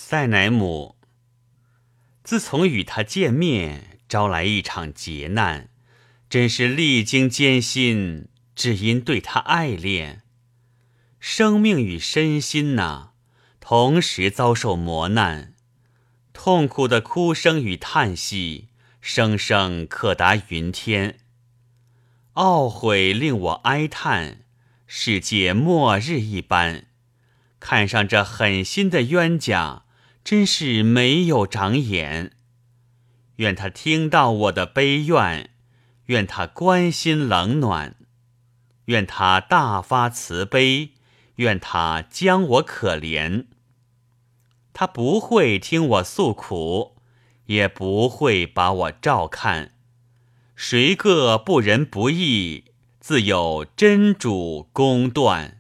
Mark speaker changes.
Speaker 1: 塞乃姆。自从与他见面，招来一场劫难，真是历经艰辛，只因对他爱恋。生命与身心同时遭受磨难，痛苦的哭声与叹息，声声可达云天。懊悔令我哀叹，世界末日一般。看上这狠心的冤家，真是没有长眼。愿他听到我的悲怨，愿他关心冷暖，愿他大发慈悲，愿他将我可怜。他不会听我诉苦，也不会把我照看。谁个不仁不义，自有真主公断。